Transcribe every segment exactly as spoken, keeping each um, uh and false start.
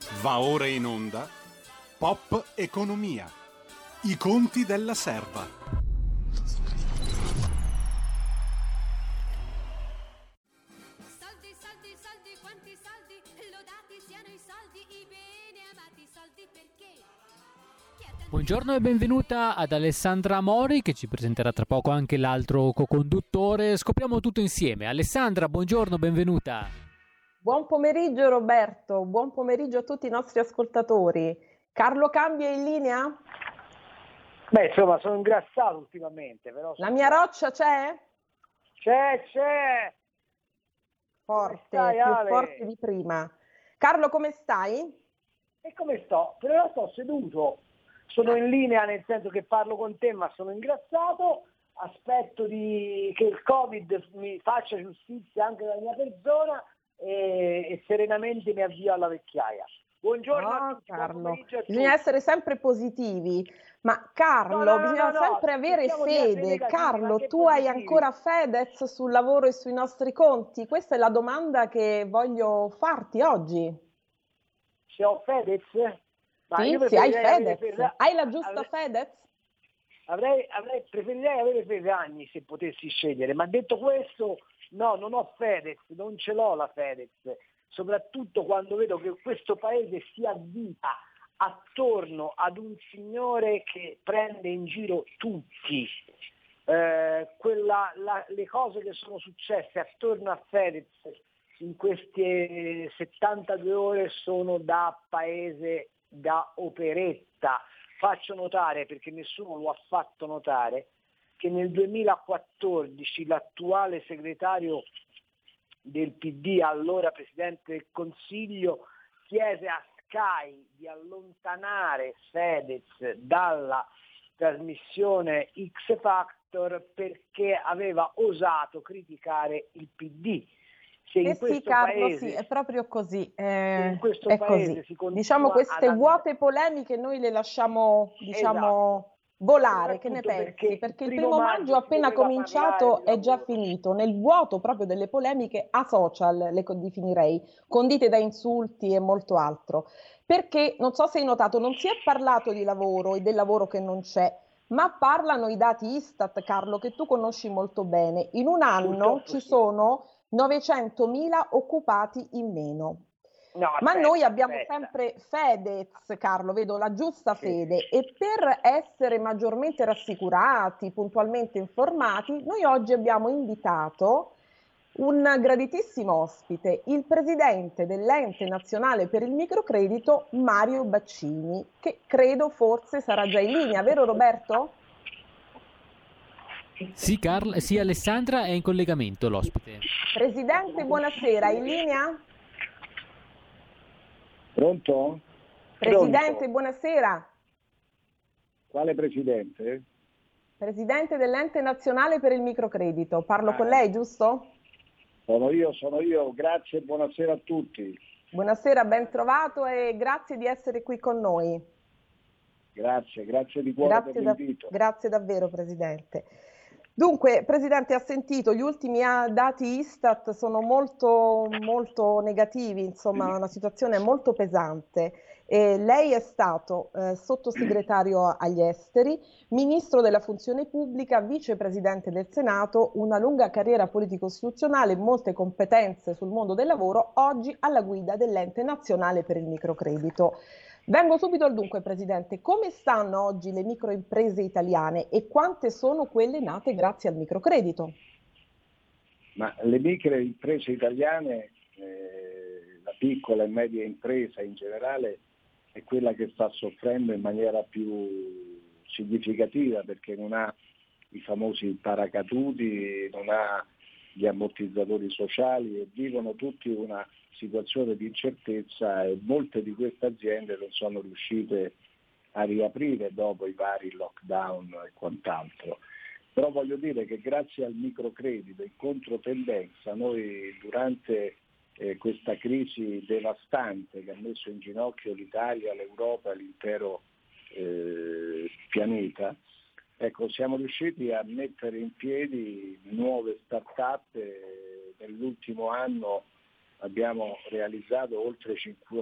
Va ora in onda Pop Economia. I conti della serva. Soldi, soldi, soldi, quanti soldi, lodati siano i soldi, i bene amati soldi perché? Buongiorno e benvenuta ad Alessandra Mori, che ci presenterà tra poco anche l'altro co-conduttore. Scopriamo tutto insieme. Alessandra, buongiorno, benvenuta. Buon pomeriggio Roberto, buon pomeriggio a tutti i nostri ascoltatori. Carlo Cambia in linea? Beh, insomma, sono ingrassato ultimamente, però... La mia roccia c'è? C'è, c'è! Forte, stai, più Ale? forte di prima. Carlo, come stai? E come sto? Però sto seduto, sono in linea nel senso che parlo con te, ma sono ingrassato, aspetto di... che il Covid mi faccia giustizia anche della mia persona e, e serenamente mi avvio alla vecchiaia. Buongiorno No, a tutti, buon Carlo, pomeriggio a tutti. bisogna essere sempre positivi, ma Carlo, No, no, no, bisogna no, no, sempre avere cerchiamo di essere fede. negativi, ma Carlo, che tu hai positivi? ancora Fedez sul lavoro e sui nostri conti? Questa è la domanda che voglio farti oggi. Se ho Fedez? Ma Sì, io se hai preferirei avere Fedez, Ferra- hai la giusta avrei- Fedez? Avrei, avrei, preferirei avere Ferragni se potessi scegliere, ma detto questo, no, non ho Fedez, non ce l'ho la Fedez, soprattutto quando vedo che questo paese si avvita attorno ad un signore che prende in giro tutti. Eh, quella, la, le cose che sono successe attorno a Fedez in queste settantadue ore sono da paese da operetta. Faccio notare, perché nessuno lo ha fatto notare, che nel duemilaquattordici l'attuale segretario del P D, allora Presidente del Consiglio, chiese a Sky di allontanare Fedez dalla trasmissione X Factor perché aveva osato criticare il P D. Se in Eh sì, questo Carlo, paese, sì, è proprio così. se eh, in questo è paese così. si continua Diciamo queste ad and- vuote polemiche noi le lasciamo, diciamo, Esatto. volare. Che ne Soprattutto pensi? perché il Perché il primo primo maggio maggio si appena doveva parlare cominciato di è già lavoro. finito. Nel vuoto proprio delle polemiche a social, le co- definirei, condite da insulti e molto altro. Perché, non so se hai notato, non si è parlato di lavoro e del lavoro che non c'è, ma parlano i dati Istat, Carlo, che tu conosci molto bene. In un anno Purtroppo ci sì. sono novecentomila occupati in meno. No, Ma aspetta, noi abbiamo aspetta. sempre Fedez, Carlo, vedo la giusta Sì. fede, e per essere maggiormente rassicurati, puntualmente informati, noi oggi abbiamo invitato un graditissimo ospite, il presidente dell'Ente Nazionale per il Microcredito, Mario Baccini, che credo forse sarà già in linea, vero Roberto? Sì, Carl, sì, Alessandra è in collegamento l'ospite. Presidente, buonasera, in linea? Pronto? Presidente, Pronto? buonasera. Quale presidente? Presidente dell'Ente Nazionale per il Microcredito. Parlo Ah, con lei, giusto? Sono io, sono io. Grazie e buonasera a tutti. Buonasera, ben trovato e grazie di essere qui con noi. Grazie, grazie di cuore Grazie, per da- l'invito. grazie davvero, Presidente. Dunque, Presidente, ha sentito, gli ultimi a- dati Istat sono molto, molto negativi, insomma, una situazione molto pesante. E lei è stato eh, sottosegretario agli esteri, ministro della funzione pubblica, vicepresidente del Senato, una lunga carriera politico-istituzionale, molte competenze sul mondo del lavoro, oggi alla guida dell'Ente Nazionale per il Microcredito. Vengo subito al dunque, Presidente. Come stanno oggi le microimprese italiane e quante sono quelle nate grazie al microcredito? Ma le micro imprese italiane, eh, la piccola e media impresa in generale, è quella che sta soffrendo in maniera più significativa perché non ha i famosi paracaduti, non ha gli ammortizzatori sociali e vivono tutti una situazione di incertezza e molte di queste aziende non sono riuscite a riaprire dopo i vari lockdown e quant'altro. Però voglio dire che grazie al microcredito in controtendenza noi durante eh, questa crisi devastante che ha messo in ginocchio l'Italia, l'Europa e l'intero eh, pianeta, ecco, siamo riusciti a mettere in piedi nuove start-up. eh, nell'ultimo anno abbiamo realizzato oltre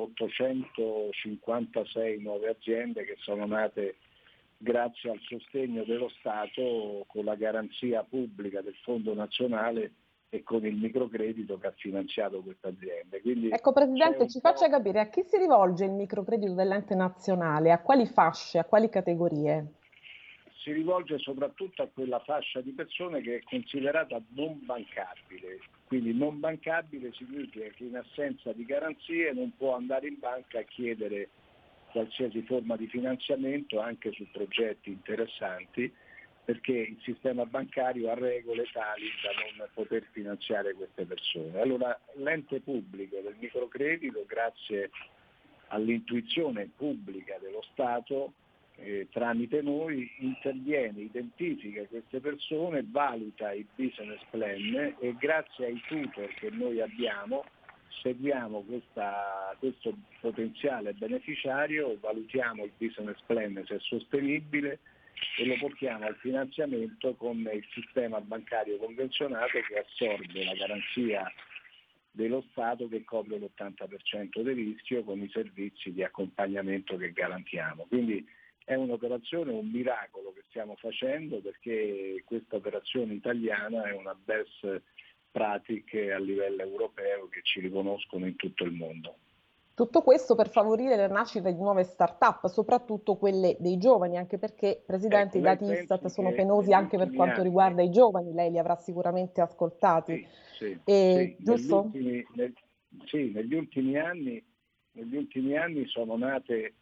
ottocentocinquantasei nuove aziende che sono nate grazie al sostegno dello Stato con la garanzia pubblica del Fondo Nazionale e con il microcredito che ha finanziato queste aziende. Quindi ecco Presidente, ci faccia po'... capire a chi si rivolge il microcredito dell'ente nazionale, a quali fasce, a quali categorie? Si rivolge soprattutto a quella fascia di persone che è considerata non bancabile. Quindi non bancabile significa che in assenza di garanzie non può andare in banca a chiedere qualsiasi forma di finanziamento anche su progetti interessanti, perché il sistema bancario ha regole tali da non poter finanziare queste persone. Allora l'ente pubblico del microcredito, grazie all'intuizione pubblica dello Stato, eh, tramite noi interviene, identifica queste persone, valuta il business plan e grazie ai tutor che noi abbiamo seguiamo questa, questo potenziale beneficiario, valutiamo il business plan se è sostenibile e lo portiamo al finanziamento con il sistema bancario convenzionato che assorbe la garanzia dello Stato che copre l'ottanta per cento del rischio con i servizi di accompagnamento che garantiamo. Quindi è un'operazione, un miracolo che stiamo facendo perché questa operazione italiana è una best pratiche a livello europeo che ci riconoscono in tutto il mondo. Tutto questo per favorire la nascita di nuove start-up, soprattutto quelle dei giovani, anche perché, Presidente, ecco, i dati Istat sono penosi anche per quanto anni, riguarda i giovani, lei li avrà sicuramente ascoltati. Sì, sì, e, sì. giusto? Negli ultimi, nel, sì, negli ultimi anni, negli ultimi anni sono nate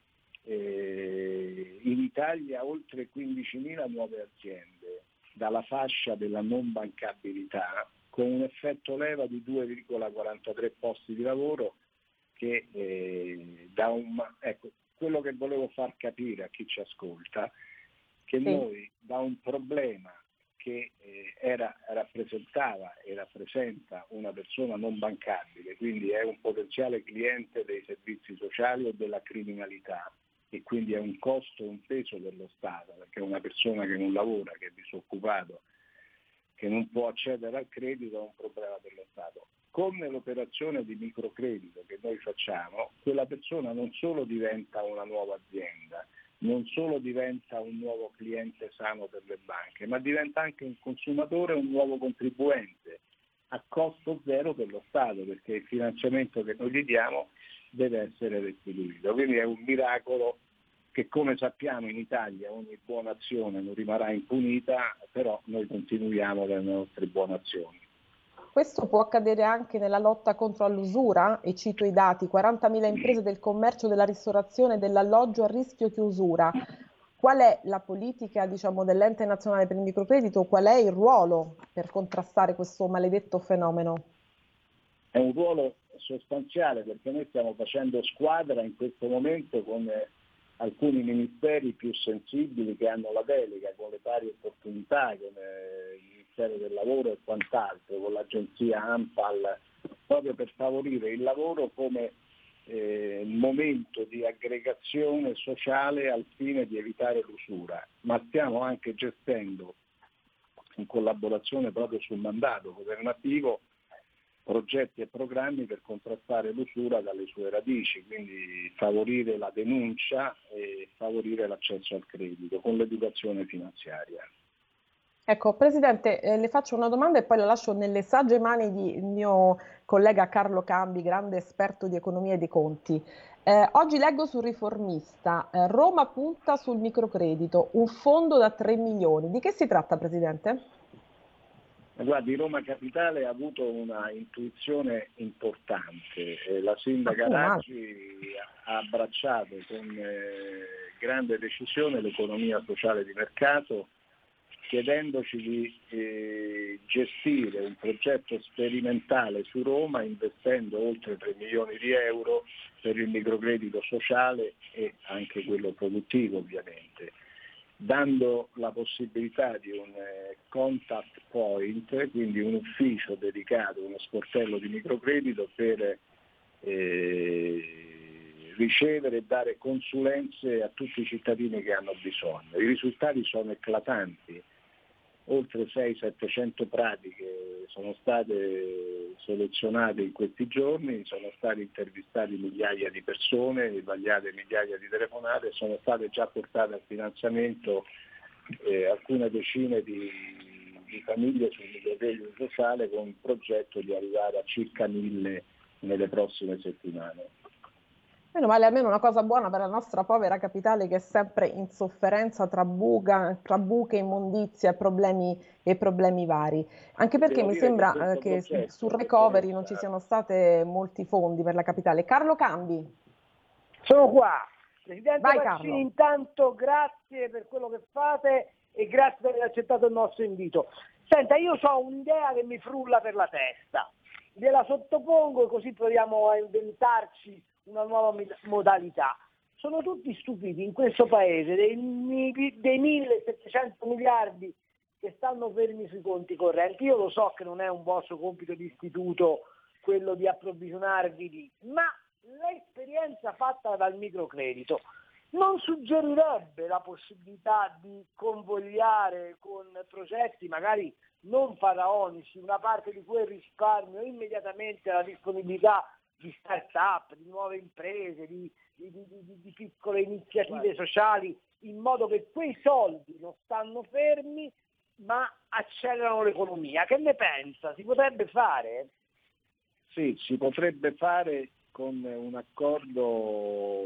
eh, in Italia oltre quindicimila nuove aziende dalla fascia della non bancabilità, con un effetto leva di due virgola quarantatré posti di lavoro che eh, da un, ecco, quello che volevo far capire a chi ci ascolta, che sì. noi da un problema che eh, era, rappresentava e rappresenta una persona non bancabile, quindi è un potenziale cliente dei servizi sociali o della criminalità e quindi è un costo e un peso per lo Stato, perché è una persona che non lavora, che è disoccupato, che non può accedere al credito è un problema per lo Stato. Con l'operazione di microcredito che noi facciamo, quella persona non solo diventa una nuova azienda, non solo diventa un nuovo cliente sano per le banche, ma diventa anche un consumatore, un nuovo contribuente a costo zero per lo Stato, perché il finanziamento che noi gli diamo deve essere restituito. Quindi è un miracolo che, come sappiamo, in Italia ogni buona azione non rimarrà impunita, però noi continuiamo le nostre buone azioni. Questo può accadere anche nella lotta contro l'usura, e cito i dati, quarantamila imprese del commercio, della ristorazione e dell'alloggio a rischio chiusura. Qual è la politica, diciamo, dell'Ente Nazionale per il Microcredito? Qual è il ruolo per contrastare questo maledetto fenomeno? È un ruolo sostanziale perché noi stiamo facendo squadra in questo momento con alcuni ministeri più sensibili che hanno la delega, con le pari opportunità, con il Ministero del Lavoro e quant'altro, con l'agenzia ANPAL, proprio per favorire il lavoro come eh, momento di aggregazione sociale al fine di evitare l'usura. Ma stiamo anche gestendo, in collaborazione proprio sul mandato governativo, progetti e programmi per contrastare l'usura dalle sue radici, quindi favorire la denuncia e favorire l'accesso al credito con l'educazione finanziaria. Ecco, Presidente, eh, le faccio una domanda e poi la lascio nelle sagge mani del mio collega Carlo Cambi, grande esperto di economia e di conti. Eh, oggi leggo sul Riformista, eh, Roma punta sul microcredito, un fondo da tre milioni. Di che si tratta, Presidente? Guardi, Roma Capitale ha avuto una intuizione importante, eh, la sindaca Raggi ha abbracciato con eh, grande decisione l'economia sociale di mercato, chiedendoci di eh, gestire un progetto sperimentale su Roma investendo oltre tre milioni di euro per il microcredito sociale e anche quello produttivo ovviamente, dando la possibilità di un eh, contact point, quindi un ufficio dedicato, uno sportello di microcredito per eh, ricevere e dare consulenze a tutti i cittadini che hanno bisogno. I risultati sono eclatanti. oltre sei settecento pratiche sono state selezionate in questi giorni, sono stati intervistati migliaia di persone, sbagliate migliaia di telefonate, sono state già portate al finanziamento eh, alcune decine di, di famiglie sul microcredito sociale, con il progetto di arrivare a circa mille nelle prossime settimane. Meno male, almeno una cosa buona per la nostra povera capitale, che è sempre in sofferenza tra, buca, tra buche, immondizia e problemi, e problemi vari. Anche perché Devo mi dire sembra che eh, che progetto, sul recovery non ci siano stati molti fondi per la capitale. Carlo Cambi. Sono qua. Presidente Vai, Mancini, Carlo. intanto grazie per quello che fate e grazie per aver accettato il nostro invito. Senta, io ho un'idea che mi frulla per la testa. Gliela sottopongo, così proviamo a inventarci una nuova modalità. Sono tutti stupiti in questo paese dei, dei millesettecento miliardi che stanno fermi sui conti correnti. Io lo so che non è un vostro compito di istituto quello di approvvigionarvi di, ma l'esperienza fatta dal microcredito non suggerirebbe la possibilità di convogliare con progetti magari non faraonici una parte di quel risparmio immediatamente alla disponibilità di start-up, di nuove imprese, di, di, di, di, di piccole iniziative sociali, in modo che quei soldi non stanno fermi ma accelerano l'economia? Che ne pensa? Si potrebbe fare? Sì, si potrebbe fare con un accordo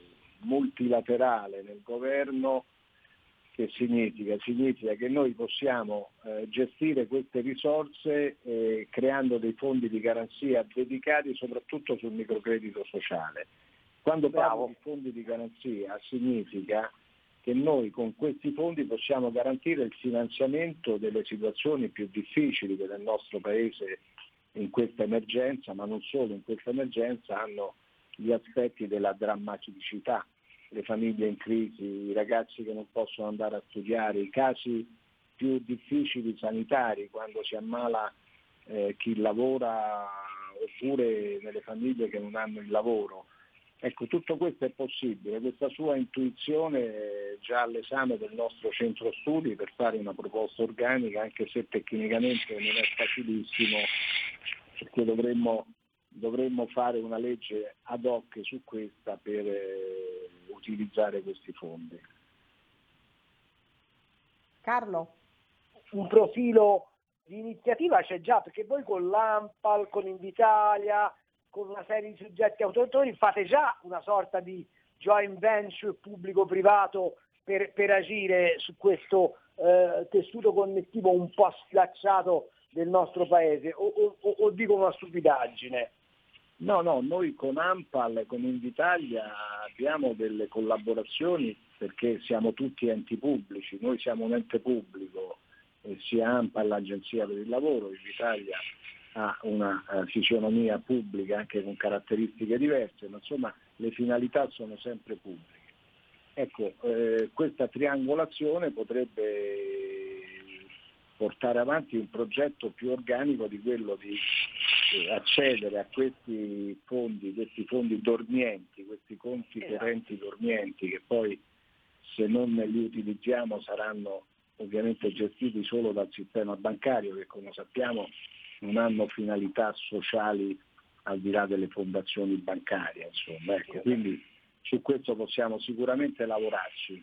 multilaterale nel governo. Che significa? Significa che noi possiamo eh, gestire queste risorse eh, creando dei fondi di garanzia dedicati soprattutto sul microcredito sociale. Quando parlo di fondi di garanzia significa che noi con questi fondi possiamo garantire il finanziamento delle situazioni più difficili che nel nostro Paese in questa emergenza, ma non solo in questa emergenza, hanno gli aspetti della drammaticità. Le famiglie in crisi, i ragazzi che non possono andare a studiare, i casi più difficili sanitari, quando si ammala eh, chi lavora, oppure nelle famiglie che non hanno il lavoro. Ecco, tutto questo è possibile. Questa sua intuizione è già all'esame del nostro centro studi per fare una proposta organica, anche se tecnicamente non è facilissimo, perché dovremmo, dovremmo fare una legge ad hoc su questa per eh, utilizzare questi fondi. Carlo. Un profilo di iniziativa c'è già, perché voi con l'ANPAL, con Invitalia, con una serie di soggetti autoratori fate già una sorta di joint venture pubblico-privato per, per agire su questo eh, tessuto connettivo un po' sfilacciato del nostro paese, o, o, o dico una stupidaggine? No, no, noi con ANPAL e con Invitalia abbiamo delle collaborazioni perché siamo tutti enti pubblici, noi siamo un ente pubblico, eh, sia ANPAL l'Agenzia per il Lavoro, Invitalia ha una uh, fisionomia pubblica anche con caratteristiche diverse, ma insomma le finalità sono sempre pubbliche. Ecco, eh, questa triangolazione potrebbe portare avanti un progetto più organico di quello di eh, accedere a questi fondi, questi fondi dormienti, questi conti correnti dormienti che poi se non li utilizziamo saranno ovviamente gestiti solo dal sistema bancario, che come sappiamo non hanno finalità sociali al di là delle fondazioni bancarie, insomma. Ecco, quindi su questo possiamo sicuramente lavorarci.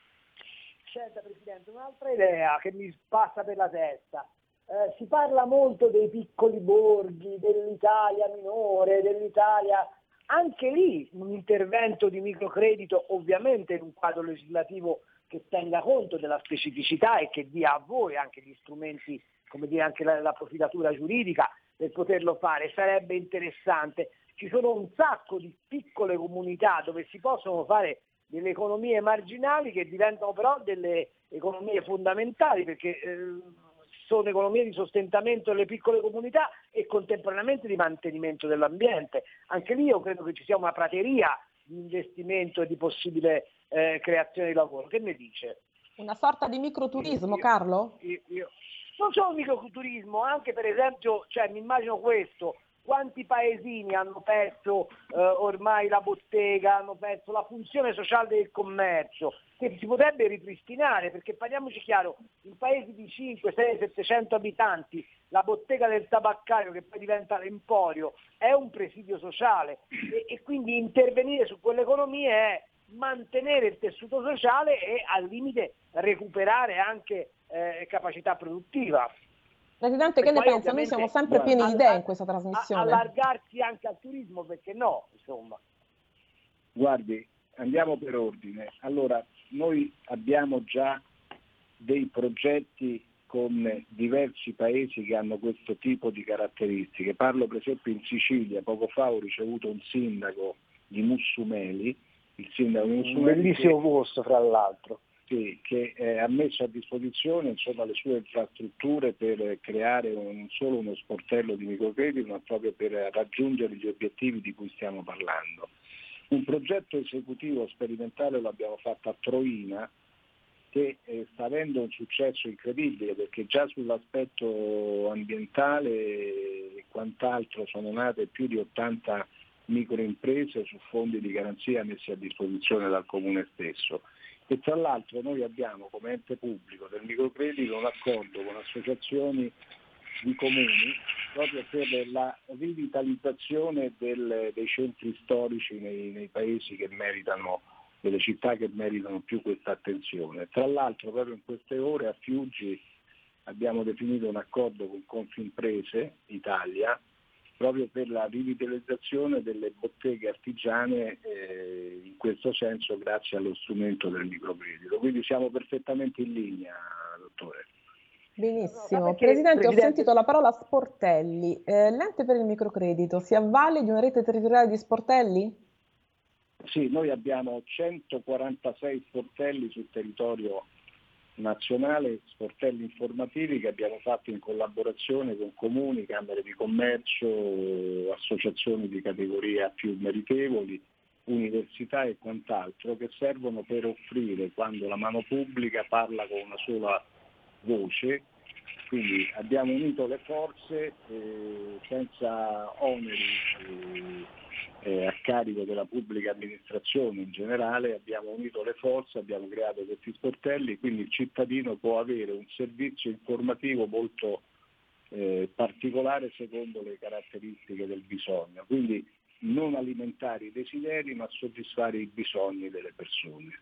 Senta Presidente, un'altra idea che mi passa per la testa. Eh, si parla molto dei piccoli borghi, dell'Italia minore, dell'Italia, anche lì un intervento di microcredito, ovviamente in un quadro legislativo che tenga conto della specificità e che dia a voi anche gli strumenti, come dire, anche la, la profilatura giuridica per poterlo fare, sarebbe interessante. Ci sono un sacco di piccole comunità dove si possono fare delle economie marginali che diventano però delle economie fondamentali, perché eh, sono economie di sostentamento delle piccole comunità e contemporaneamente di mantenimento dell'ambiente. Anche lì io credo che ci sia una prateria di investimento e di possibile eh, creazione di lavoro. Che ne dice? Una sorta di microturismo, io, Carlo? Io, io, non solo microturismo, anche per esempio, cioè mi immagino questo, quanti paesini hanno perso eh, ormai la bottega, hanno perso la funzione sociale del commercio, che si potrebbe ripristinare, perché parliamoci chiaro, in paesi di cinque, sei, settecento abitanti, la bottega del tabaccaio, che poi diventa l'emporio, è un presidio sociale e, e quindi intervenire su quell'economia è mantenere il tessuto sociale e al limite recuperare anche eh, capacità produttiva. Presidente, che E ne poi pensa? Noi ovviamente, siamo sempre guarda, pieni di idee in questa a- trasmissione. allargarsi anche al turismo, perché no, insomma. Guardi, andiamo per ordine. Allora, noi abbiamo già dei progetti con diversi paesi che hanno questo tipo di caratteristiche. Parlo per esempio in Sicilia, poco fa ho ricevuto un sindaco di Mussumeli, il sindaco di Un Mussumeli, bellissimo che, posto, fra l'altro. sì, che eh, ha messo a disposizione insomma, le sue infrastrutture per creare un- non solo uno sportello di microcredito, ma proprio per raggiungere gli obiettivi di cui stiamo parlando. Un progetto esecutivo sperimentale lo abbiamo fatto a Troina, che eh, sta avendo un successo incredibile, perché già sull'aspetto ambientale e quant'altro sono nate più di ottanta microimprese su fondi di garanzia messi a disposizione dal Comune stesso. E tra l'altro noi abbiamo come ente pubblico del microcredito un accordo con associazioni di comuni proprio per la rivitalizzazione del- dei centri storici nei, nei paesi che meritano, delle città che meritano più questa attenzione. Tra l'altro proprio in queste ore a Fiuggi abbiamo definito un accordo con Confimprese Italia proprio per la rivitalizzazione delle botteghe artigiane, eh, in questo senso grazie allo strumento del microcredito. Quindi siamo perfettamente in linea, dottore. Benissimo. No, perché, Presidente, ho Presidente- sentito la parola sportelli. Eh, l'ente per il microcredito si avvale di una rete territoriale di sportelli? Sì, noi abbiamo centoquarantasei sportelli sul territorio nazionale, sportelli informativi che abbiamo fatto in collaborazione con comuni, camere di commercio, associazioni di categoria più meritevoli, università e quant'altro, che servono per offrire, quando la mano pubblica parla con una sola voce, quindi abbiamo unito le forze eh, senza oneri eh, eh, a carico della pubblica amministrazione in generale, abbiamo unito le forze, abbiamo creato questi sportelli, quindi il cittadino può avere un servizio informativo molto eh, particolare secondo le caratteristiche del bisogno, quindi non alimentare i desideri ma soddisfare i bisogni delle persone.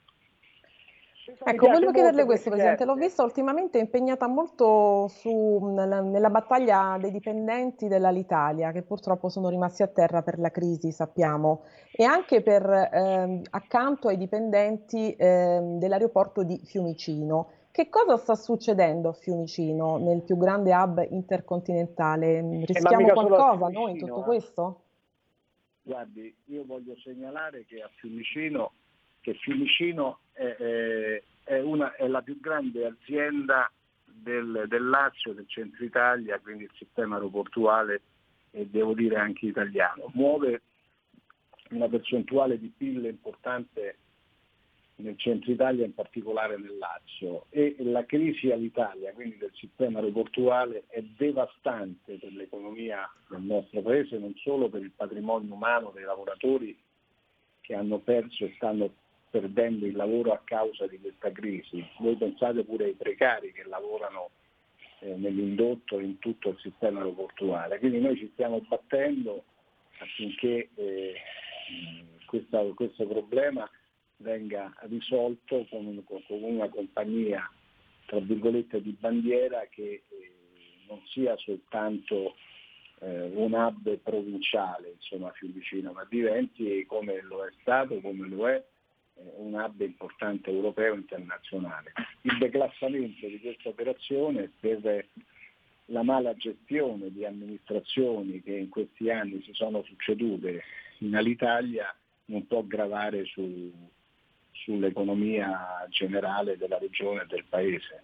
Ecco, volevo chiederle questo, Presidente. L'ho vista ultimamente impegnata molto su, nella, nella battaglia dei dipendenti dell'Alitalia, che purtroppo sono rimasti a terra per la crisi, sappiamo, e anche per, ehm, accanto ai dipendenti ehm, dell'aeroporto di Fiumicino. Che cosa sta succedendo a Fiumicino, nel più grande hub intercontinentale? Rischiamo mica solo a qualcosa noi in Fiumicino, tutto eh. questo? Guardi, io voglio segnalare che a Fiumicino, che Fiumicino è, è, è, una, è la più grande azienda del, del Lazio, del centro Italia, quindi il sistema aeroportuale e devo dire anche italiano. Muove una percentuale di P I L importante nel centro Italia, in particolare nel Lazio, e la crisi all'Italia, quindi del sistema aeroportuale, è devastante per l'economia del nostro paese, non solo per il patrimonio umano dei lavoratori che hanno perso e stanno perdendo il lavoro a causa di questa crisi. Voi pensate pure ai precari che lavorano eh, nell'indotto e in tutto il sistema aeroportuale. Quindi noi ci stiamo battendo affinché eh, questa, questo problema venga risolto con, un, con una compagnia tra virgolette di bandiera che eh, non sia soltanto eh, un hub provinciale, insomma Fiumicino, ma diventi, come lo è stato, come lo è, eh, un hub importante europeo e internazionale. Il declassamento di questa operazione per la mala gestione di amministrazioni che in questi anni si sono succedute in Alitalia non può gravare su sull'economia generale della regione e del paese.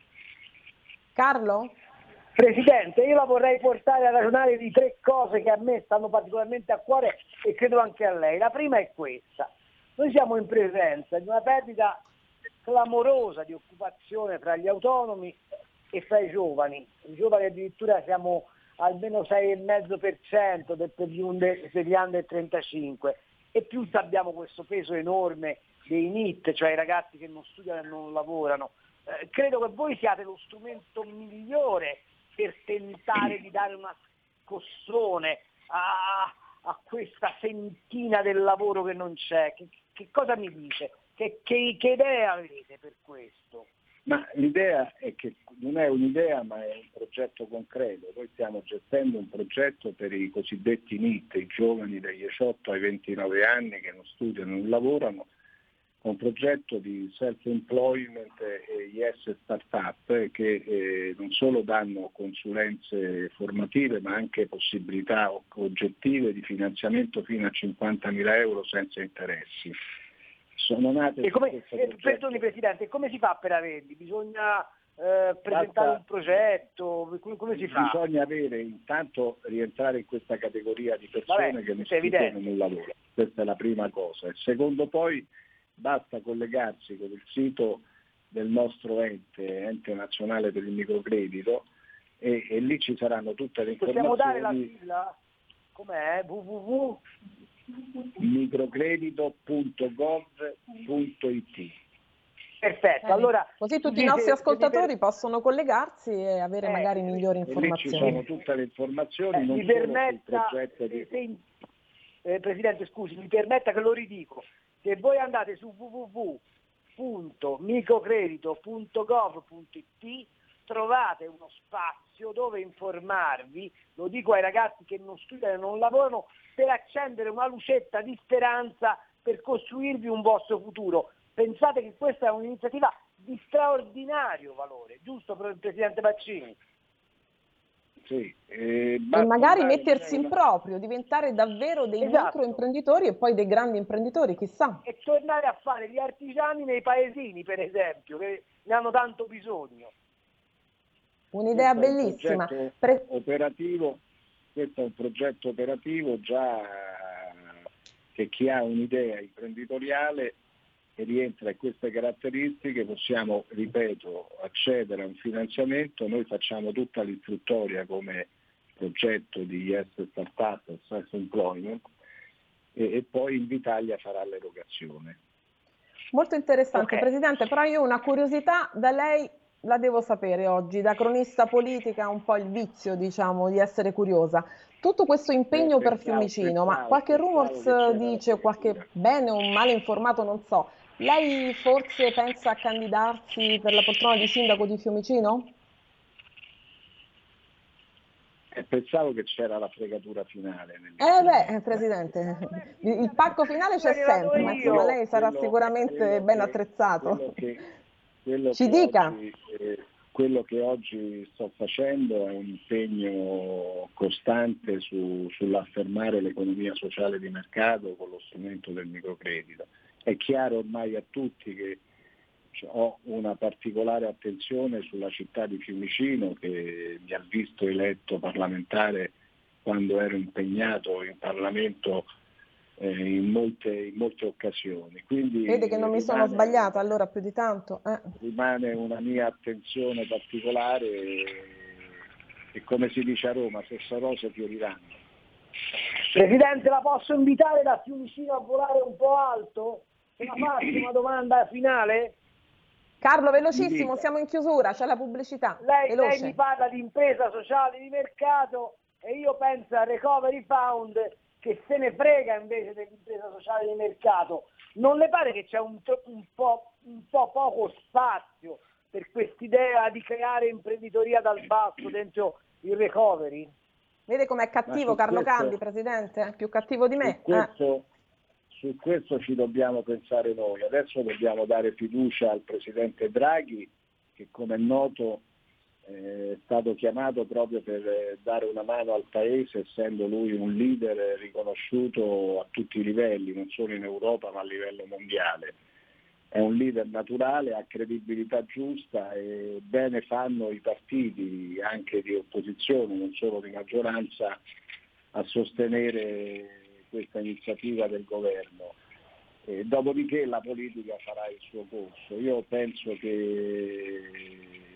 Carlo? Presidente, io la vorrei portare a ragionare di tre cose che a me stanno particolarmente a cuore e credo anche a lei. La prima è questa: noi siamo in presenza di una perdita clamorosa di occupazione fra gli autonomi e fra i giovani. I giovani addirittura siamo almeno sei virgola cinque per cento del, per, gli under, per gli under trentacinque, e più abbiamo questo peso enorme dei N I T, cioè i ragazzi che non studiano e non lavorano. Eh, credo che voi siate lo strumento migliore per tentare di dare una scossone a, a questa sentina del lavoro che non c'è. Che, che cosa mi dice? Che, che, che idee avete per questo? Ma l'idea è che non è un'idea, ma è un progetto concreto. Noi stiamo gestendo un progetto per i cosiddetti N I T, i giovani dagli diciotto ai ventinove anni che non studiano e non lavorano, un progetto di self-employment e yes startup che eh, non solo danno consulenze formative ma anche possibilità oggettive di finanziamento fino a cinquantamila euro senza interessi. Sono nate e come, eh, perdoni Presidente, come si fa per averli? Bisogna eh, presentare Basta, un progetto? Come, come si fa? Bisogna avere intanto rientrare in questa categoria di persone Vabbè, che non è evidente. studiano e non lavorano. Questa è la prima cosa. Il secondo poi basta collegarsi con il sito del nostro ente, Ente Nazionale per il Microcredito, e, e lì ci saranno tutte le informazioni. Possiamo dare la sigla? Com'è? w w w punto microcredito punto gov punto i t. Perfetto, Eh, allora così tutti se- i nostri se- ascoltatori se- possono collegarsi e avere Eh, magari migliori E lì ci informazioni. sono tutte le informazioni, eh, non mi solo sul permetta, progetto di... se- eh, Presidente scusi, mi permetta che lo ridico, se voi andate su w w w punto microcredito punto gov punto i t trovate uno spazio dove informarvi, lo dico ai ragazzi che non studiano e non lavorano, per accendere una lucetta di speranza per costruirvi un vostro futuro. Pensate che questa è un'iniziativa di straordinario valore, giusto per il Presidente Baccini? Sì, eh, E basta magari andare, mettersi c'è in una- proprio, diventare davvero dei Esatto. microimprenditori e poi dei grandi imprenditori, chissà. E tornare a fare gli artigiani nei paesini, per esempio, che ne hanno tanto bisogno. Un'idea Questo è un bellissima. progetto Pre- operativo, questo è un progetto operativo già che chi ha un'idea imprenditoriale che rientra in queste caratteristiche possiamo, ripeto, accedere a un finanziamento. Noi facciamo tutta l'istruttoria come progetto di Yes Startup e Self Employment e, e poi Invitalia farà l'erogazione. Molto interessante, Ok. Presidente, però io ho una curiosità da lei la devo sapere oggi, da cronista politica un po' il vizio, diciamo, di essere curiosa. Tutto questo impegno Eh, per pensavo- Fiumicino, ma pensavo- qualche pensavo rumors che c'era dice, la qualche fregatura. bene o male informato, non so. Lei forse pensa a candidarsi per la poltrona di sindaco di Fiumicino? Eh, pensavo che c'era la fregatura finale. nel- Eh beh, Presidente, il il pacco finale c'è sempre, ma insomma lei sarà Quello- sicuramente quello ben che- attrezzato. Quello che, quello Ci che dica. oggi, eh, quello che oggi sto facendo è un impegno costante su- sull'affermare l'economia sociale di mercato con lo strumento del microcredito. È chiaro ormai a tutti che cioè, ho una particolare attenzione sulla città di Fiumicino che mi ha visto eletto parlamentare quando ero impegnato in Parlamento eh, in, molte, in molte occasioni. Quindi Vede che non mi sono rimane- sbagliata allora più di tanto. Eh. rimane una mia attenzione particolare e, e come si dice a Roma, se so rose fioriranno. Presidente, la posso invitare da Fiumicino a volare un po' alto? Se la faccio una domanda finale? Carlo, Mi velocissimo, dica. siamo in chiusura, c'è la pubblicità. Lei, lei Veloce. mi parla di impresa sociale di mercato e io penso a Recovery Fund che se ne frega invece dell'impresa sociale di mercato. Non le pare che c'è un, tro- un, po', un po' poco spazio per quest'idea di creare imprenditoria dal basso dentro il recovery? Vede com'è cattivo su Carlo questo- Cambi, Presidente? Più cattivo di me. Su questo, su questo ci dobbiamo pensare noi. Adesso dobbiamo dare fiducia al Presidente Draghi che, come è noto, eh, è stato chiamato proprio per eh, dare una mano al Paese, essendo lui un leader riconosciuto a tutti i livelli, non solo in Europa ma a livello mondiale. È un leader naturale, ha credibilità giusta e bene fanno i partiti anche di opposizione, non solo di maggioranza, a sostenere questa iniziativa del governo. E dopodiché la politica farà il suo corso. Io penso che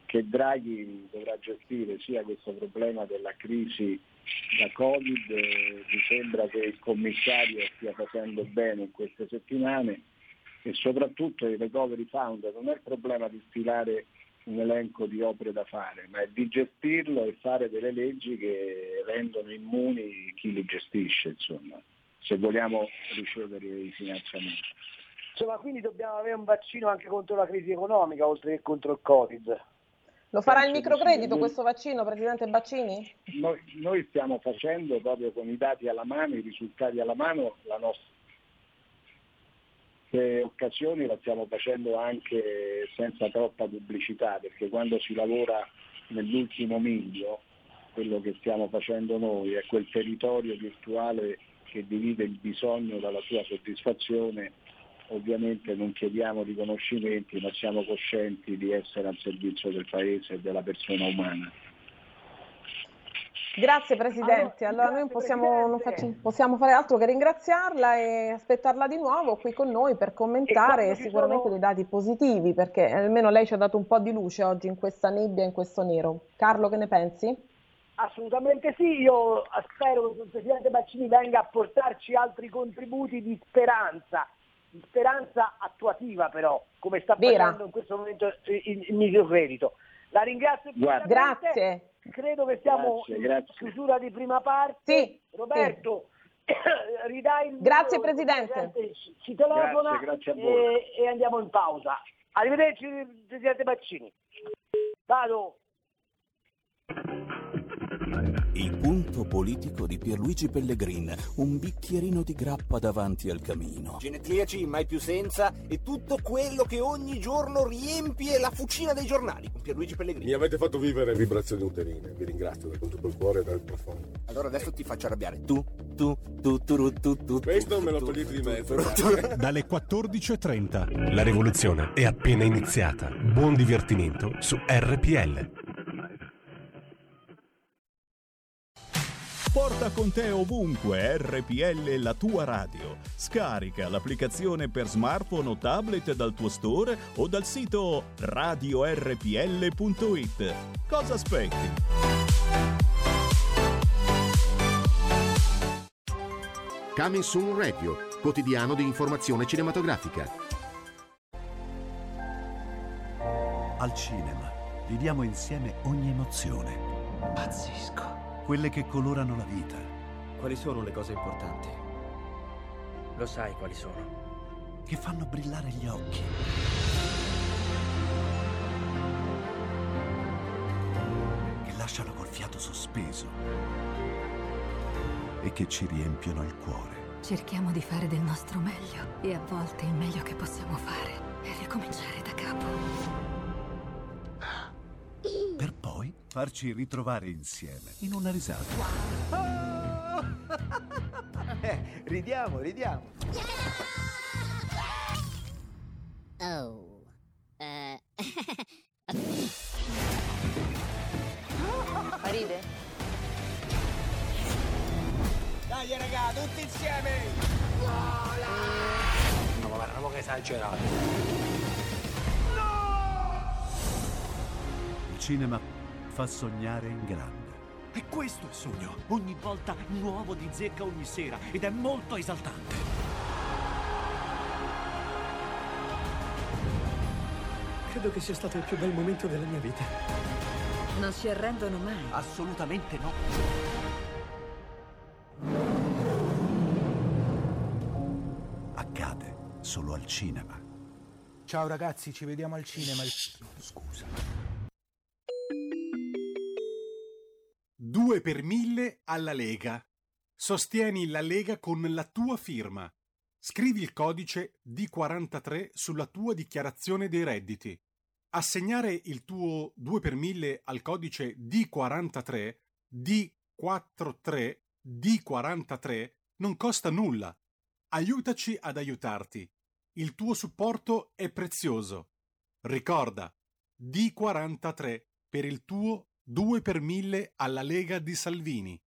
che Draghi dovrà gestire sia questo problema della crisi da Covid, eh, mi sembra che il commissario stia facendo bene in queste settimane, e soprattutto il Recovery Fund non è il problema di stilare un elenco di opere da fare, ma è di gestirlo e fare delle leggi che rendono immuni chi li gestisce, insomma, se vogliamo ricevere i finanziamenti. Insomma, quindi dobbiamo avere un vaccino anche contro la crisi economica, oltre che contro il Covid. Lo farà il Penso di microcredito sì. questo vaccino, Presidente Baccini? Noi, noi stiamo facendo proprio con i dati alla mano, i risultati alla mano, la nostra queste occasioni la stiamo facendo anche senza troppa pubblicità, perché quando si lavora nell'ultimo miglio, quello che stiamo facendo noi è quel territorio virtuale che divide il bisogno dalla sua soddisfazione. Ovviamente non chiediamo riconoscimenti, ma siamo coscienti di essere al servizio del Paese e della persona umana. Grazie Presidente, allora, allora noi possiamo, non facciamo, possiamo fare altro che ringraziarla e aspettarla di nuovo qui con noi per commentare sicuramente sono... dei dati positivi, perché almeno lei ci ha dato un po' di luce oggi in questa nebbia, in questo nero. Carlo, che ne pensi? Assolutamente sì, io spero che il Presidente Baccini venga a portarci altri contributi di speranza, di speranza attuativa però, come sta Vera. facendo in questo momento il, il microcredito. La ringrazio. Grazie. Credo che siamo grazie, in grazie. chiusura di prima parte. Sì, Roberto, sì. ridai il grazie numero, Presidente. Ci telefona grazie, grazie e, e andiamo in pausa. Arrivederci Presidente Baccini. Vado. Il punto politico di Pierluigi Pellegrin, un bicchierino di grappa davanti al camino. Genetriaci mai più senza e tutto quello che ogni giorno riempie la fucina dei giornali con Pierluigi Pellegrin. Mi avete fatto vivere vibrazioni uterine, vi ringrazio con tutto il cuore e dal profondo. Allora adesso ti faccio arrabbiare. Tu, tu, tu, tu, tu, tu. Questo me lo togliete di mezzo. Dalle quattordici e trenta. La rivoluzione è appena iniziata. Buon divertimento su R P L. Porta con te ovunque R P L, la tua radio. Scarica l'applicazione per smartphone o tablet dal tuo store o dal sito radio r p l punto i t. Cosa aspetti? Coming Soon Radio, quotidiano di informazione cinematografica. Al cinema viviamo insieme ogni emozione. Pazzesco. Quelle che colorano la vita. Quali sono le cose importanti? Lo sai quali sono? Che fanno brillare gli occhi. Che lasciano col fiato sospeso. E che ci riempiono il cuore. Cerchiamo di fare del nostro meglio e a volte il meglio che possiamo fare è ricominciare da capo. Per poi farci ritrovare insieme in una risata. eh, ridiamo, ridiamo. Oh. Uh. Ride? Dai raga, tutti insieme! Vola! No, vabbè, non che esagerato. Il cinema fa sognare in grande. E questo è il sogno. Ogni volta nuovo di zecca ogni sera ed è molto esaltante. Credo che sia stato il più bel momento della mia vita. Non si arrendono mai. Assolutamente no. Accade solo al cinema. Ciao ragazzi, ci vediamo al cinema. Scusa. due per mille alla Lega. Sostieni la Lega con la tua firma. Scrivi il codice D quarantatré sulla tua dichiarazione dei redditi. Assegnare il tuo due per mille al codice D quarantatré, D quarantatré, D quarantatré non costa nulla. Aiutaci ad aiutarti. Il tuo supporto è prezioso. Ricorda, D quarantatré per il tuo due per mille alla Lega di Salvini.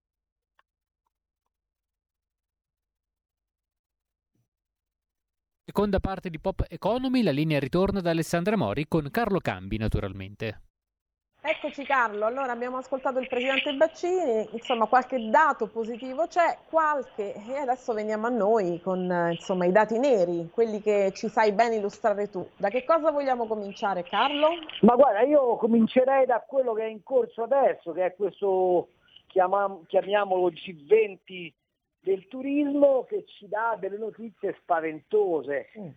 E seconda parte di Pop Economy, la linea ritorna da Alessandra Mori con Carlo Cambi, naturalmente. Eccoci Carlo, allora abbiamo ascoltato il presidente Baccini, insomma qualche dato positivo c'è, qualche, e adesso veniamo a noi con eh, insomma i dati neri, quelli che ci sai bene illustrare tu. Da che cosa vogliamo cominciare Carlo? Ma guarda, io comincerei da quello che è in corso adesso, che è questo, chiamam- chiamiamolo G venti del turismo, che ci dà delle notizie spaventose. Mm.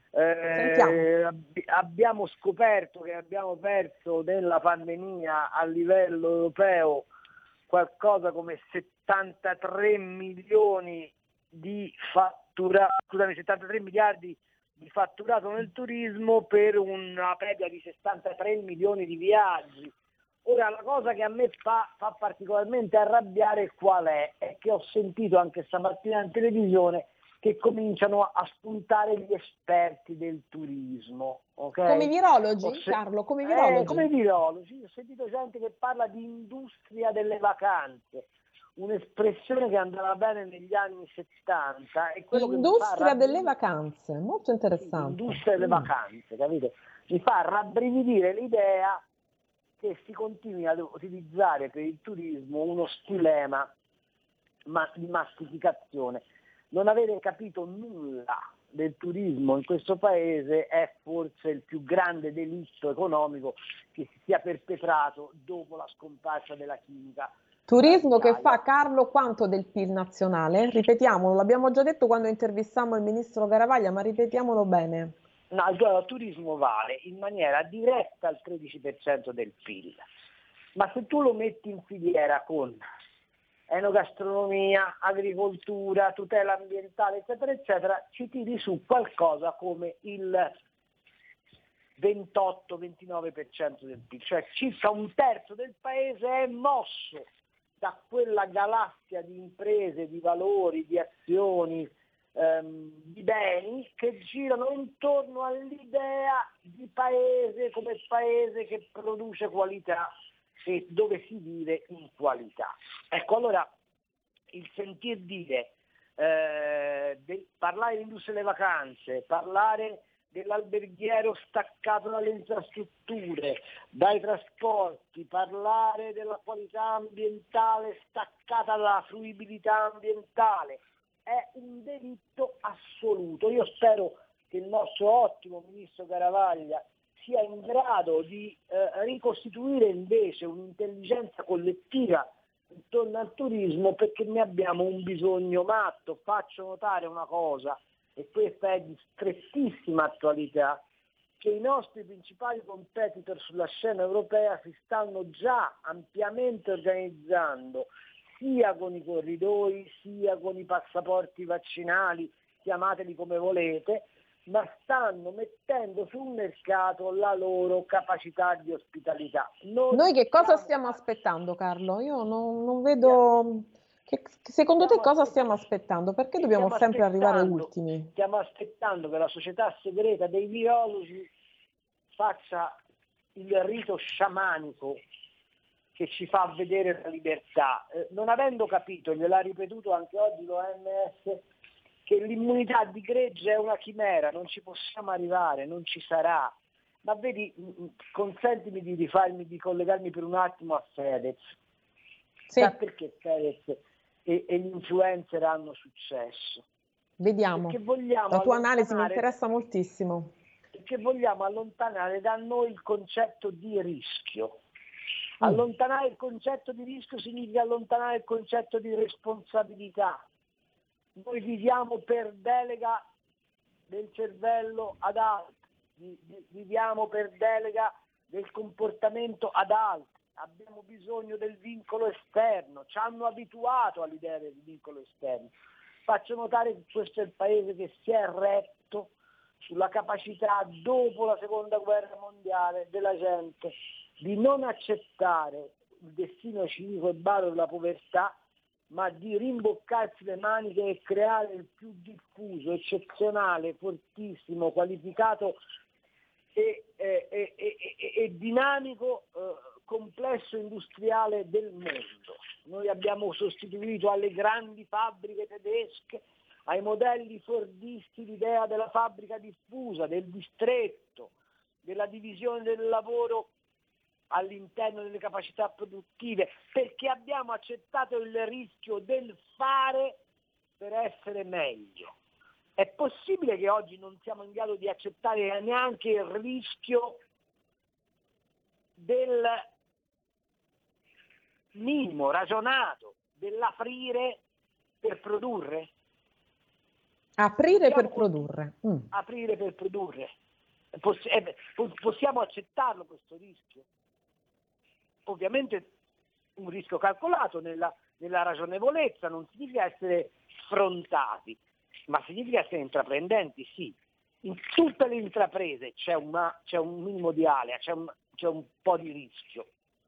Eh, ab- abbiamo scoperto che abbiamo perso nella pandemia a livello europeo qualcosa come settantatré milioni di fattura, scusami, settantatré miliardi di fatturato nel turismo per una media di sessantatré milioni di viaggi. Ora, la cosa che a me fa, fa particolarmente arrabbiare qual è? È che ho sentito anche stamattina in televisione che cominciano a spuntare gli esperti del turismo. Okay? Come virologi, se- Carlo, come virologi? Eh, come virologi, ho sentito gente che parla di industria delle vacanze, un'espressione che andava bene negli anni settanta. E quello che mi fa Industria rabbrividire- delle vacanze, molto interessante. Industria delle Mm. vacanze, capito? Mi fa rabbrividire l'idea che si continui ad utilizzare per il turismo uno stilema ma- di massificazione. Non avere capito nulla del turismo in questo paese è forse il più grande delitto economico che si sia perpetrato dopo la scomparsa della chimica. Turismo che dall'Italia. fa, Carlo, quanto del P I L nazionale? Ripetiamolo, l'abbiamo già detto quando intervistammo il ministro Garavaglia, ma ripetiamolo bene. No, il turismo vale in maniera diretta il tredici per cento del P I L, ma se tu lo metti in filiera con enogastronomia, agricoltura, tutela ambientale, eccetera, eccetera, ci tiri su qualcosa come il ventotto ventinove per cento del P I L, cioè circa un terzo del paese è mosso da quella galassia di imprese, di valori, di azioni, ehm, di beni che girano intorno all'idea di paese come paese che produce qualità e dove si vive in qualità. Ecco, allora il sentir dire, eh, del, parlare di industria delle vacanze, parlare dell'alberghiero staccato dalle infrastrutture, dai trasporti, parlare della qualità ambientale staccata dalla fruibilità ambientale, è un delitto assoluto. Io spero che il nostro ottimo ministro Garavaglia sia in grado di eh, ricostituire invece un'intelligenza collettiva intorno al turismo, perché ne abbiamo un bisogno matto. Faccio notare una cosa, e questa è di strettissima attualità, che i nostri principali competitor sulla scena europea si stanno già ampiamente organizzando, sia con i corridoi, sia con i passaporti vaccinali, chiamateli come volete, ma stanno mettendo sul mercato la loro capacità di ospitalità. Noi, Noi che cosa stiamo- stiamo aspettando, Carlo? Io non, non vedo... Che, secondo te cosa stiamo aspettando? Perché dobbiamo Stiamo sempre arrivare aspettando- ultimi? Stiamo aspettando che la società segreta dei virologi faccia il rito sciamanico che ci fa vedere la libertà. Eh, non avendo capito, gliel'ha ripetuto anche oggi l'O M S, che l'immunità di gregge è una chimera, non ci possiamo arrivare, non ci sarà. Ma vedi, mh, mh, consentimi di rifarmi, di collegarmi per un attimo a Fedez. Sì. Sa perché Fedez e, e gli influencer hanno successo? Vediamo. Perché vogliamo La tua analisi mi allontanare- interessa moltissimo. Perché vogliamo allontanare da noi il concetto di rischio. Mm. Allontanare il concetto di rischio significa allontanare il concetto di responsabilità. Noi viviamo per delega del cervello ad altri, vi- vi- viviamo per delega del comportamento ad altri, abbiamo bisogno del vincolo esterno, ci hanno abituato all'idea del vincolo esterno. Faccio notare che questo è il paese che si è retto sulla capacità, dopo la seconda guerra mondiale, della gente di non accettare il destino cinico e baro della povertà, ma di rimboccarsi le maniche e creare il più diffuso, eccezionale, fortissimo, qualificato e, e, e, e, e dinamico eh, complesso industriale del mondo. Noi abbiamo sostituito alle grandi fabbriche tedesche, ai modelli fordisti l'idea della fabbrica diffusa, del distretto, della divisione del lavoro all'interno delle capacità produttive, perché abbiamo accettato il rischio del fare per essere meglio. È possibile che oggi non siamo in grado di accettare neanche il rischio del minimo ragionato, dell'aprire per produrre? Aprire Possiamo per produrre. Mm. Aprire per produrre. Poss- eh, possiamo accettarlo questo rischio? Ovviamente un rischio calcolato nella, nella ragionevolezza, non significa essere sfrontati, ma significa essere intraprendenti, sì. In tutte le intraprese c'è, una, c'è un minimo di alea, c'è un, c'è un po' di rischio.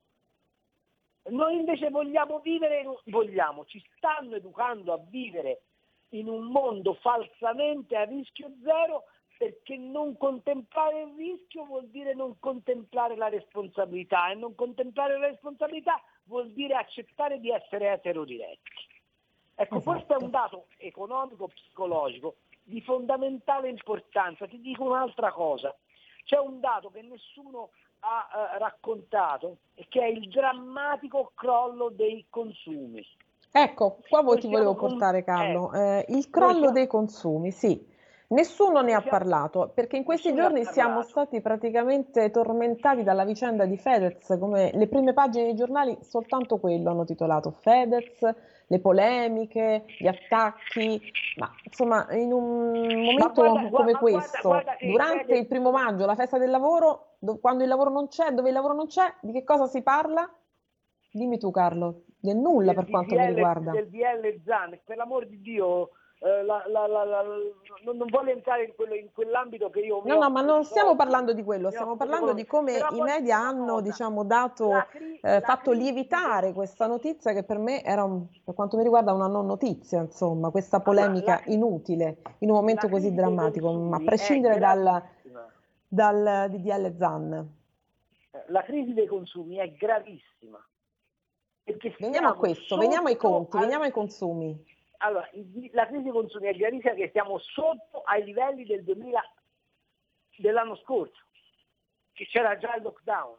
Noi invece vogliamo vivere, vogliamo, ci stanno educando a vivere in un mondo falsamente a rischio zero, perché non contemplare il rischio vuol dire non contemplare la responsabilità, e non contemplare la responsabilità vuol dire accettare di essere eterodiretti. Ecco, esatto. Questo è un dato economico-psicologico di fondamentale importanza. Ti dico un'altra cosa, c'è un dato che nessuno ha eh, raccontato e che è il drammatico crollo dei consumi. Ecco, qua voi Noi ti volevo con... portare, Carlo, eh, eh, il crollo siamo... dei consumi, sì. Nessuno ne ha siamo... parlato, perché in questi Nessuno giorni siamo stati praticamente tormentati dalla vicenda di Fedez, come le prime pagine dei giornali soltanto quello hanno titolato: Fedez, le polemiche, gli attacchi, ma insomma in un momento guarda, come guarda, questo, guarda, guarda, durante Fedez... il primo maggio, la festa del lavoro, do- quando il lavoro non c'è, dove il lavoro non c'è, di che cosa si parla? Dimmi tu, Carlo. Del nulla per quanto mi riguarda. Del D L Zan, per l'amor di Dio, eh, la, la, la, la, non, non voglio entrare in, quello, in quell'ambito che io... No, no, ma non stiamo parlando di quello, stiamo parlando di come i media hanno, diciamo, dato, eh, fatto lievitare questa notizia che per me era, un, per quanto mi riguarda, una non notizia, insomma, questa polemica allora, inutile in un momento così drammatico, ma a prescindere dal, dal D D L Zan. La crisi dei consumi è gravissima. Veniamo a questo, veniamo ai conti, al... veniamo ai consumi. Allora, la crisi dei consumi è gravissima, che siamo sotto ai livelli del duemila dell'anno scorso, che c'era già il lockdown.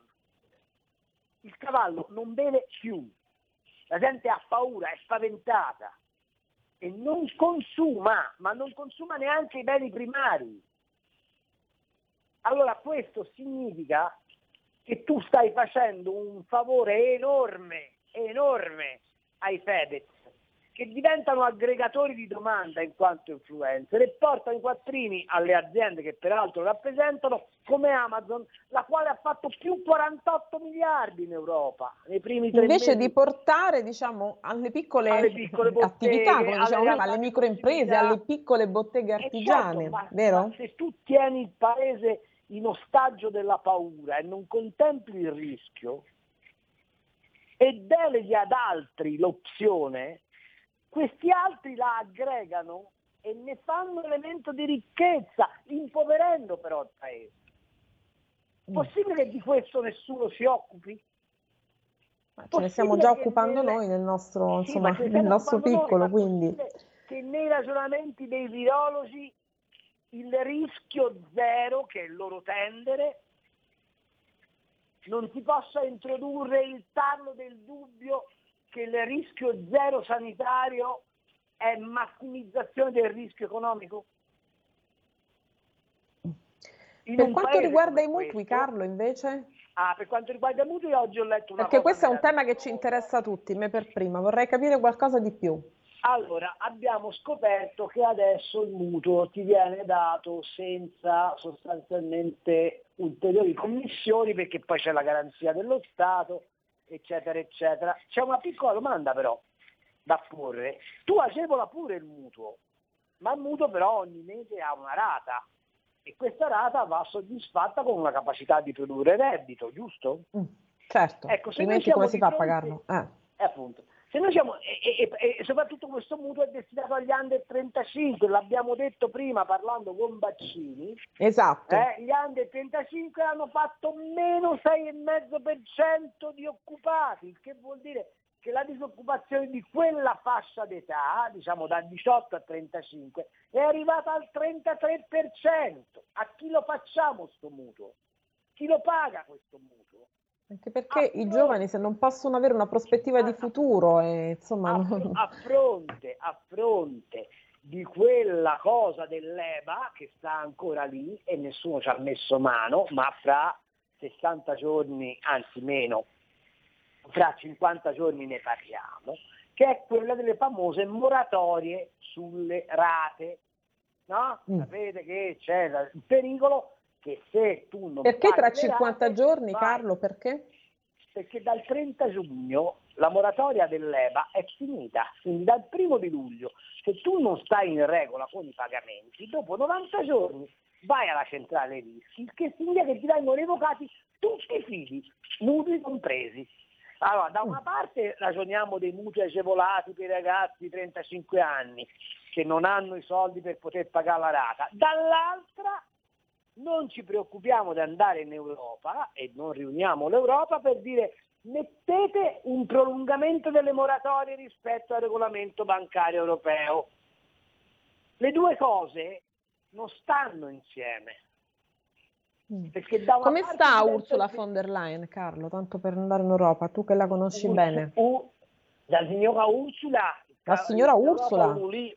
Il cavallo non beve più, la gente ha paura, è spaventata e non consuma, ma non consuma neanche i beni primari. Allora questo significa che tu stai facendo un favore enorme enorme ai Fedez, che diventano aggregatori di domanda in quanto influencer e portano i quattrini alle aziende che peraltro rappresentano, come Amazon, la quale ha fatto più quarantotto miliardi in Europa nei primi tre invece mesi. Di portare, diciamo, alle piccole, alle piccole botteghe, attività, come diciamo alle, alle microimprese, alle piccole botteghe artigiane, certo, ma, vero? Ma se tu tieni il paese in ostaggio della paura e non contempli il rischio e deleghi ad altri l'opzione, questi altri la aggregano e ne fanno elemento di ricchezza, impoverendo però il paese. Possibile che di questo nessuno si occupi? Ma ce ne stiamo già occupando nelle... noi nel nostro, sì, insomma, nel nostro piccolo, noi, quindi... Che nei ragionamenti dei virologi il rischio zero, che è il loro tendere, non si possa introdurre il tarlo del dubbio che il rischio zero sanitario è massimizzazione del rischio economico? In per quanto riguarda i mutui, questo, Carlo, invece? Ah, per quanto riguarda i mutui oggi ho letto una Perché cosa questo è un tema che ci interessa a tutti, me per prima, vorrei capire qualcosa di più. Allora, abbiamo scoperto che adesso il mutuo ti viene dato senza sostanzialmente ulteriori commissioni, perché poi c'è la garanzia dello Stato, eccetera, eccetera. C'è una piccola domanda però da porre. Tu agevola pure il mutuo, ma il mutuo però ogni mese ha una rata e questa rata va soddisfatta con una capacità di produrre reddito, giusto? Mm, certo, ecco, altrimenti come si fa fronte, a pagarlo? Eh. Eh, appunto. Se noi siamo, e, e, e soprattutto questo mutuo è destinato agli under trentacinque, l'abbiamo detto prima parlando con Baccini. Esatto. Eh, gli under trentacinque hanno fatto meno sei virgola cinque per cento di occupati, il che vuol dire che la disoccupazione di quella fascia d'età, diciamo da diciotto a trentacinque, è arrivata al trentatré per cento. A chi lo facciamo sto mutuo? Chi lo paga questo mutuo? Anche perché i giovani, se non possono avere una prospettiva di futuro, e, insomma... A, fr- a fronte, a fronte di quella cosa dell'E B A che sta ancora lì e nessuno ci ha messo mano, ma fra sessanta giorni, anzi meno, fra cinquanta giorni ne parliamo, che è quella delle famose moratorie sulle rate, no? Mm. Sapete che c'è il pericolo che se tu non perché paghi tra le cinquanta rate, giorni, vai, Carlo, perché? Perché dal trenta giugno la moratoria dell'E B A è finita, quindi dal primo di luglio, se tu non stai in regola con i pagamenti, dopo novanta giorni vai alla centrale rischi, che significa che ti vengono revocati tutti i fidi, mutui compresi. Allora, da una parte ragioniamo dei mutui agevolati per i ragazzi di trentacinque anni che non hanno i soldi per poter pagare la rata, dall'altra non ci preoccupiamo di andare in Europa e non riuniamo l'Europa per dire mettete un prolungamento delle moratorie rispetto al regolamento bancario europeo. Le due cose non stanno insieme. Perché da una Come parte sta diventa Ursula il- von der Leyen, Carlo, tanto per andare in Europa, tu che la conosci Ur- bene? Ur- la signora Ursula, La signora l'Europa Ursula? uno lì,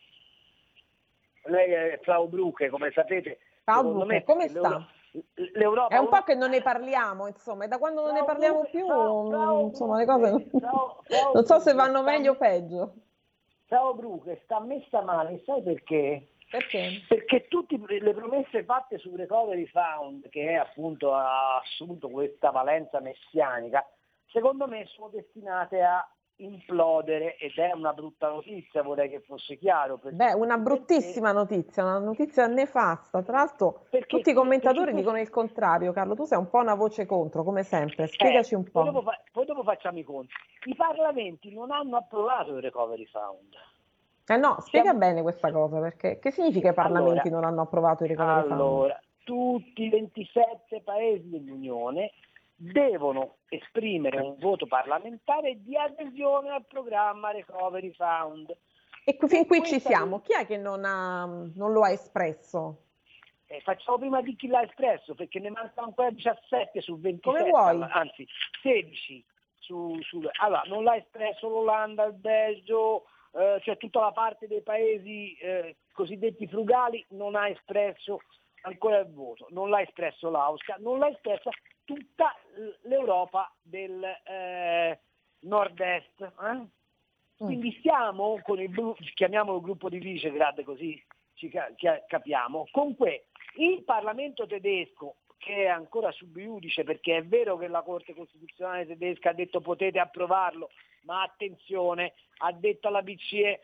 lei è Frau Bruche, come sapete. Frau secondo Bruche, me, come perché l'Euro- sta? L'Europa È un po' che non ne parliamo, insomma, e da quando non ne parliamo più, mm, insomma, le cose non, non so se vanno meglio o peggio. Frau Bruche sta messa male, sai perché? Perché? Perché tutte le promesse fatte sul Recovery Fund, che è appunto ha assunto questa valenza messianica, secondo me sono destinate a implodere, ed è una brutta notizia, vorrei che fosse chiaro. Perché, Beh, una bruttissima notizia, una notizia nefasta. Tra l'altro tutti i commentatori dicono il contrario. Carlo, tu sei un po' una voce contro, come sempre. Spiegaci un Eh, poi, po'. dopo fa- poi dopo facciamo i conti. I parlamenti non hanno approvato il Recovery Fund. Eh no, spiega Siamo- bene questa cosa, perché che significa i parlamenti Allora, non hanno approvato il recovery fund? Allora, tutti i ventisette paesi dell'Unione devono esprimere un voto parlamentare di adesione al programma Recovery Fund. E qui- fin qui ci questa- siamo. Chi è che non, ha, non lo ha espresso? Eh, facciamo prima di chi l'ha espresso, perché ne mancano ancora diciassette su ventisette, Come vuoi. anzi sedici. Su, su- allora, non l'ha espresso l'Olanda, il Belgio, eh, cioè tutta la parte dei paesi eh, cosiddetti frugali non ha espresso ancora il voto, non l'ha espresso l'Austria, non l'ha espressa tutta l'Europa del eh, nord-est. Eh? Quindi stiamo con il, bru- chiamiamolo gruppo di Visegrad, così ci ca- chi- capiamo. Comunque il Parlamento tedesco, che è ancora sub iudice, perché è vero che la Corte Costituzionale tedesca ha detto potete approvarlo, ma attenzione, ha detto alla B C E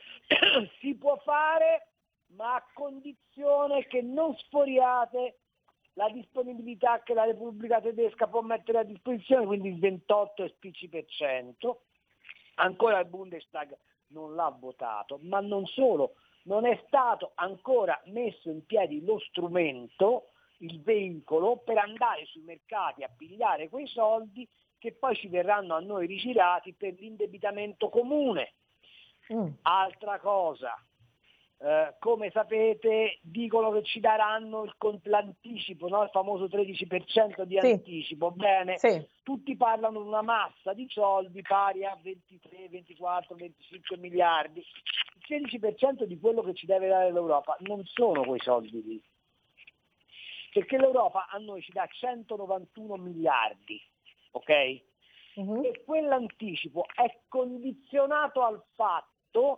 si può fare, ma a condizione che non sforiate la disponibilità che la Repubblica Tedesca può mettere a disposizione, quindi il ventotto e spicci per cento. Ancora il Bundestag non l'ha votato, ma non solo, non è stato ancora messo in piedi lo strumento, il veicolo per andare sui mercati a pigliare quei soldi che poi ci verranno a noi rigirati per l'indebitamento comune. Mm. Altra cosa, eh, come sapete dicono che ci daranno il, con- l'anticipo, no? Il famoso tredici per cento di Sì. anticipo, bene? Sì. Tutti parlano di una massa di soldi pari a ventitré, ventiquattro, venticinque miliardi. Il sedici per cento di quello che ci deve dare l'Europa non sono quei soldi lì. Perché l'Europa a noi ci dà centonovantuno miliardi, ok? Mhm. E quell'anticipo è condizionato al fatto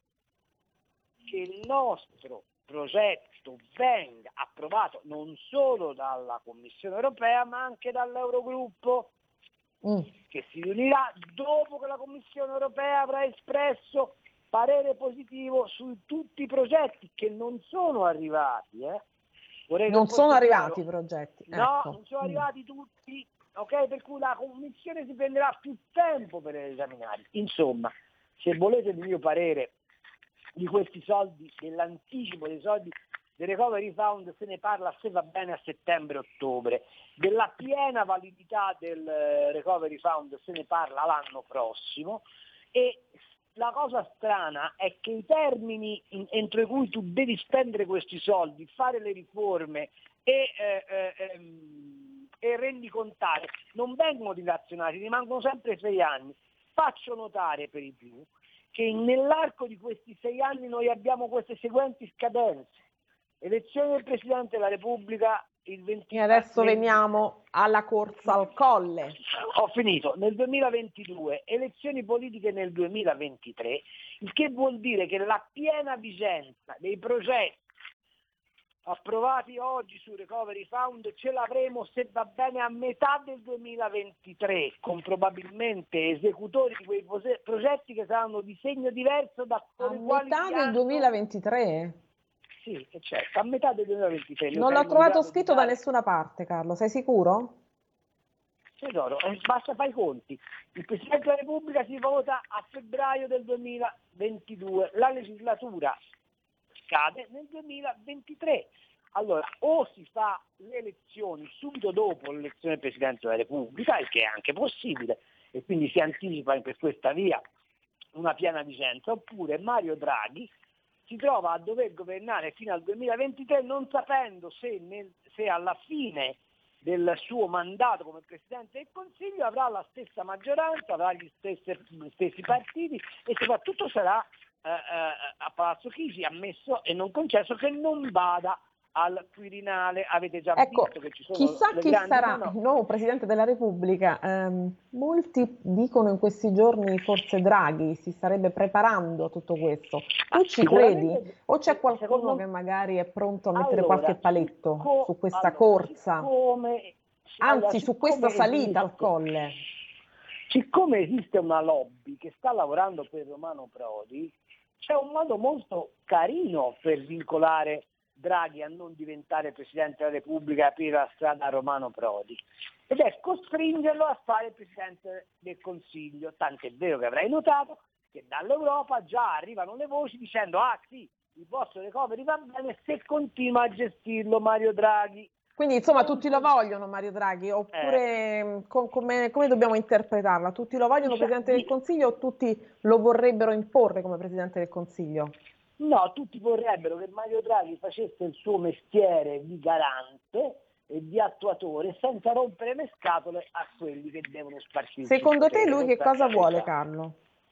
che il nostro progetto venga approvato non solo dalla Commissione europea ma anche dall'Eurogruppo, Mm. che si riunirà dopo che la Commissione europea avrà espresso parere positivo su tutti i progetti che non sono arrivati. Eh. Vorrei che Non fosse sono chiaro. arrivati i progetti. No, ecco. non sono Mm. arrivati tutti, ok? Per cui la Commissione si prenderà più tempo per esaminarli. Insomma, se volete il mio parere di questi soldi, dell'anticipo dei soldi del Recovery Fund se ne parla, se va bene, a settembre-ottobre, della piena validità del Recovery Fund se ne parla l'anno prossimo, e la cosa strana è che i termini in, entro cui tu devi spendere questi soldi, fare le riforme e, eh, eh, ehm, e rendicontare non vengono dilazionati, rimangono sempre sei anni. Faccio notare per i più che nell'arco di questi sei anni noi abbiamo queste seguenti scadenze: elezione del Presidente della Repubblica il venti. E adesso veniamo alla corsa al colle. Ho finito. Nel duemilaventidue, elezioni politiche nel duemilaventitré, il che vuol dire che la piena vigenza dei progetti approvati oggi sul Recovery Fund ce l'avremo, se va bene, a metà del duemilaventitré, con probabilmente esecutori di quei pose- progetti che saranno di segno diverso da A quali metà del hanno... duemilaventitré? Sì, certo, a metà del duemilaventitré. Non l'ho trovato scritto da nessuna parte, Carlo, sei sicuro? Tesoro, eh, basta fare i conti. Il Presidente della Repubblica si vota a febbraio del duemilaventidue, la legislatura scade nel duemilaventitré. Allora, o si fa le elezioni subito dopo l'elezione del Presidente della Repubblica, il che è anche possibile, e quindi si anticipa per questa via una piena vigenza, oppure Mario Draghi si trova a dover governare fino al duemilaventitré non sapendo se, nel, se alla fine del suo mandato come Presidente del Consiglio avrà la stessa maggioranza, avrà gli stessi, gli stessi partiti, e soprattutto sarà eh, eh, a Palazzo Chigi ammesso e non concesso che non vada al Quirinale. Avete già ecco, visto che ci sono chissà le chi grandi sarà manovre. il nuovo Presidente della Repubblica. Eh, molti dicono in questi giorni forse Draghi si starebbe preparando a tutto questo. Tu ci credi? O c'è qualcuno secondo... che magari è pronto a mettere allora, qualche paletto siccome, su questa allora, corsa? Siccome, Anzi, allora, su questa salita esiste, al colle. Siccome esiste una lobby che sta lavorando per Romano Prodi, c'è un modo molto carino per vincolare Draghi a non diventare Presidente della Repubblica e aprire la strada a Romano Prodi, ed è costringerlo a fare il Presidente del Consiglio. Tant'è vero che avrai notato che dall'Europa già arrivano le voci dicendo: ah sì, il vostro recovery va bene se continua a gestirlo Mario Draghi. Quindi insomma tutti lo vogliono Mario Draghi, oppure eh. com- come, come dobbiamo interpretarla? Tutti lo vogliono Presidente del Consiglio o tutti lo vorrebbero imporre come Presidente del Consiglio? No, tutti vorrebbero che Mario Draghi facesse il suo mestiere di garante e di attuatore senza rompere le scatole a quelli che devono spartirsi. Secondo te lui che cosa vuole, Carlo?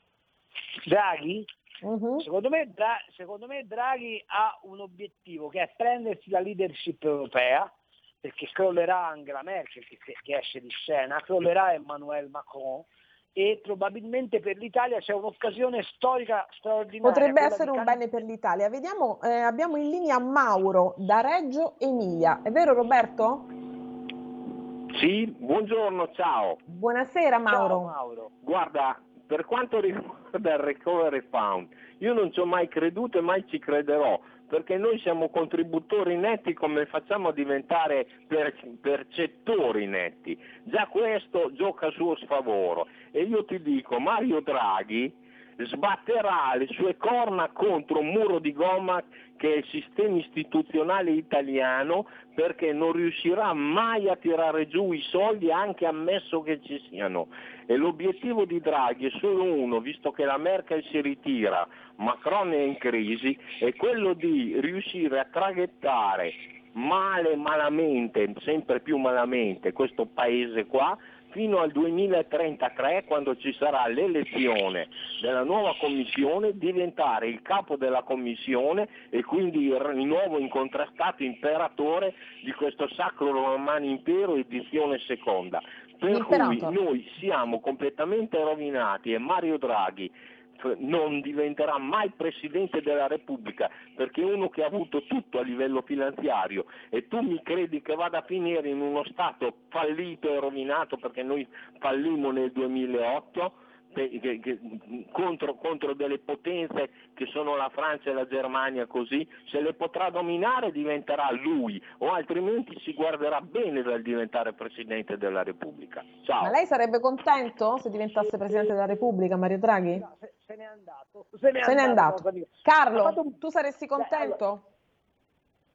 Draghi? Uh-huh. Secondo me, Dra- secondo me Draghi ha un obiettivo, che è prendersi la leadership europea, perché crollerà Angela Merkel che, che esce di scena, crollerà Emmanuel Macron, e probabilmente per l'Italia c'è un'occasione storica straordinaria. Potrebbe essere un can- bene per l'Italia. Vediamo, eh, abbiamo in linea Mauro da Reggio Emilia. È vero, Roberto? Sì, buongiorno, ciao. Buonasera Mauro. Ciao Mauro. Guarda, per quanto riguarda il Recovery Fund, io non ci ho mai creduto e mai ci crederò, perché noi siamo contributori netti, come facciamo a diventare per, percettori netti? Già questo gioca a suo sfavore, e io ti dico, Mario Draghi sbatterà le sue corna contro un muro di gomma che è il sistema istituzionale italiano, perché non riuscirà mai a tirare giù i soldi, anche ammesso che ci siano. E l'obiettivo di Draghi è solo uno, visto che la Merkel si ritira, Macron è in crisi, è quello di riuscire a traghettare male, malamente, sempre più malamente, questo paese qua, fino al duemilatrentatré, quando ci sarà l'elezione della nuova commissione, diventare il capo della commissione e quindi il nuovo incontrastato imperatore di questo Sacro Romano Impero edizione seconda. Per cui noi siamo completamente rovinati, e Mario Draghi non diventerà mai Presidente della Repubblica, perché è uno che ha avuto tutto a livello finanziario, e tu mi credi che vada a finire in uno stato fallito e rovinato, perché noi fallimmo nel duemilaotto che, che, che, contro, contro delle potenze che sono la Francia e la Germania, così se le potrà dominare diventerà lui, o altrimenti si guarderà bene dal diventare Presidente della Repubblica. Ciao. Ma lei sarebbe contento se diventasse Presidente della Repubblica, Mario Draghi? No, se, se n'è andato. Se n'è se n'è andato. andato. Carlo, un... tu saresti contento?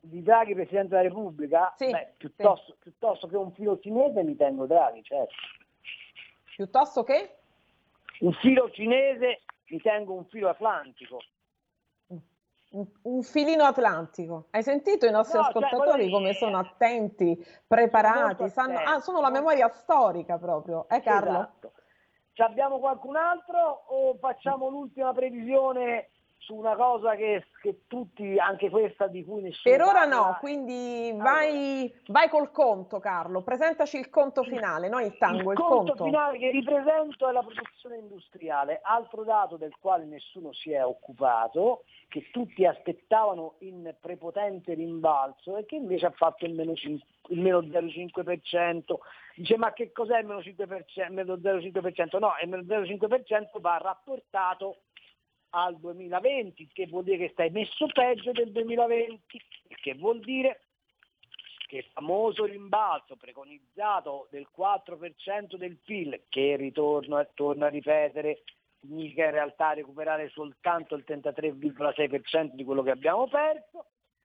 di Draghi Presidente della Repubblica? Sì, Beh, piuttosto, sì. piuttosto che un filo cinese mi tengo Draghi, certo. Piuttosto che? Un filo cinese mi tengo un filo atlantico. Un, un filino atlantico. Hai sentito i nostri No, cioè, ascoltatori voglio come dire, sono attenti, preparati, molto sanno, attenti, ah, sono la molto- memoria storica proprio, eh Carlo? Esatto. Ci abbiamo qualcun altro o facciamo l'ultima previsione su una cosa che, che tutti, anche questa di cui nessuno Per ora parla? no, quindi vai, vai col conto Carlo, presentaci il conto finale, no il tango, il, Il conto conto. finale che ripresento è la produzione industriale, altro dato del quale nessuno si è occupato, che tutti aspettavano in prepotente rimbalzo e che invece ha fatto il meno, cin- il meno zero virgola cinque per cento. Dice ma che cos'è il meno, cinque per cento, meno zero virgola cinque per cento? No, il meno zero virgola cinque per cento va rapportato al duemilaventi, che vuol dire che stai messo peggio del duemilaventi, il che vuol dire che il famoso rimbalzo preconizzato del quattro per cento del P I L, che ritorno e torno a ripetere, significa in realtà recuperare soltanto il trentatré virgola sei per cento di quello che abbiamo perso,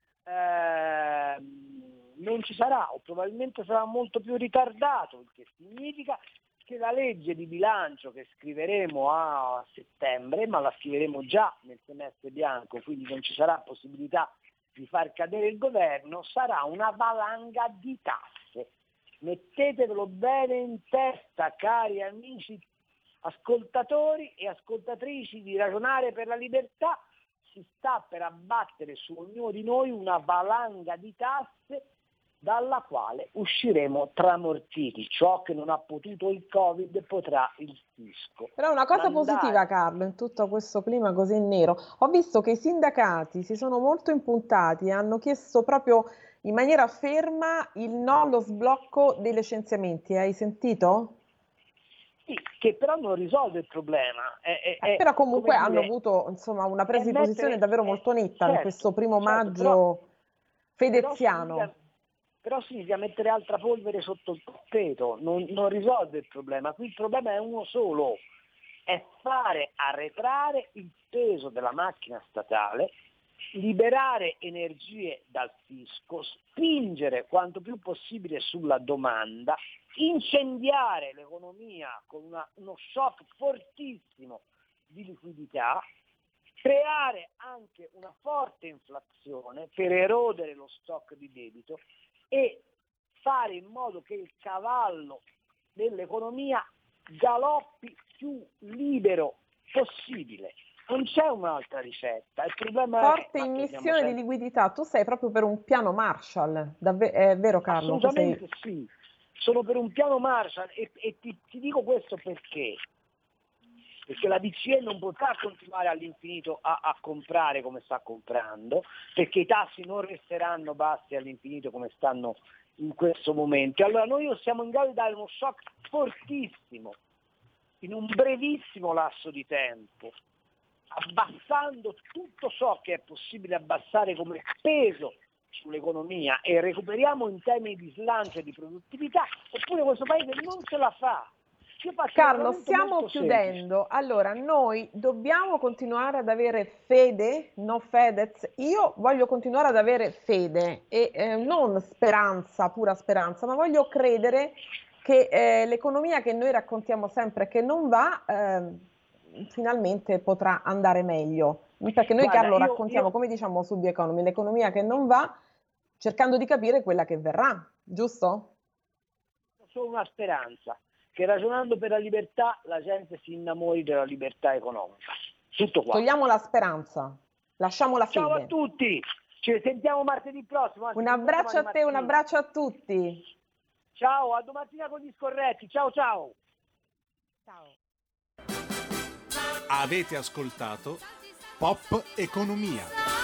ehm, non ci sarà o probabilmente sarà molto più ritardato, il che significa che la legge di bilancio che scriveremo a settembre, ma la scriveremo già nel semestre bianco, quindi non ci sarà possibilità di far cadere il governo, sarà una valanga di tasse. Mettetevelo bene in testa, cari amici ascoltatori e ascoltatrici di Ragionare per la Libertà, si sta per abbattere su ognuno di noi una valanga di tasse dalla quale usciremo tramortiti. Ciò che non ha potuto il Covid potrà il fisco. Però una cosa Mandare- positiva Carlo, in tutto questo clima così nero, ho visto che i sindacati si sono molto impuntati e hanno chiesto proprio in maniera ferma il no allo sblocco dei licenziamenti, hai sentito? Sì, che però non risolve il problema. È, è- Eh, è, però comunque come hanno dire, avuto insomma una presa è di posizione mettere- davvero è- molto netta in certo, questo primo certo, maggio però- fedeziano. Però significa, però significa mettere altra polvere sotto il tappeto, non, non risolve il problema. Qui il problema è uno solo, è fare arretrare il peso della macchina statale, liberare energie dal fisco, spingere quanto più possibile sulla domanda, incendiare l'economia con una- uno shock fortissimo di liquidità, creare anche una forte inflazione per erodere lo stock di debito e fare in modo che il cavallo dell'economia galoppi più libero possibile. Non c'è un'altra ricetta. Il problema Forte è ma immissione torniamo di sempre- liquidità, tu sei proprio per un piano Marshall, davve- è vero Carlo? Tu sei- Assolutamente sì. Sono per un piano Marshall e, e ti, ti dico questo perché. Perché la B C E non potrà continuare all'infinito a, a comprare come sta comprando, perché i tassi non resteranno bassi all'infinito come stanno in questo momento. Allora noi siamo in grado di dare uno shock fortissimo in un brevissimo lasso di tempo, abbassando tutto ciò che è possibile abbassare come peso sull'economia e recuperiamo in termini di slancio e di produttività, oppure questo paese non ce la fa. Io faccio un Carlo, ragionamento stiamo molto chiudendo. Allora, noi dobbiamo continuare ad avere fede, no Fedez. Io voglio continuare ad avere fede e eh, non speranza, pura speranza, ma voglio credere che eh, l'economia che noi raccontiamo sempre che non va, eh, finalmente potrà andare meglio. Perché noi, Guarda, Carlo, io- raccontiamo, io- come diciamo su The Economy, l'economia che non va, cercando di capire quella che verrà, giusto? solo una speranza, che ragionando per la libertà la gente si innamori della libertà economica. Tutto qua. Togliamo la speranza, lasciamo la Ciao fede. a tutti, ci sentiamo martedì prossimo. anzi, Un abbraccio a domani te, un mattina. abbraccio a tutti. Ciao, a domattina con gli scorretti. Ciao ciao. Avete ascoltato Pop Economia.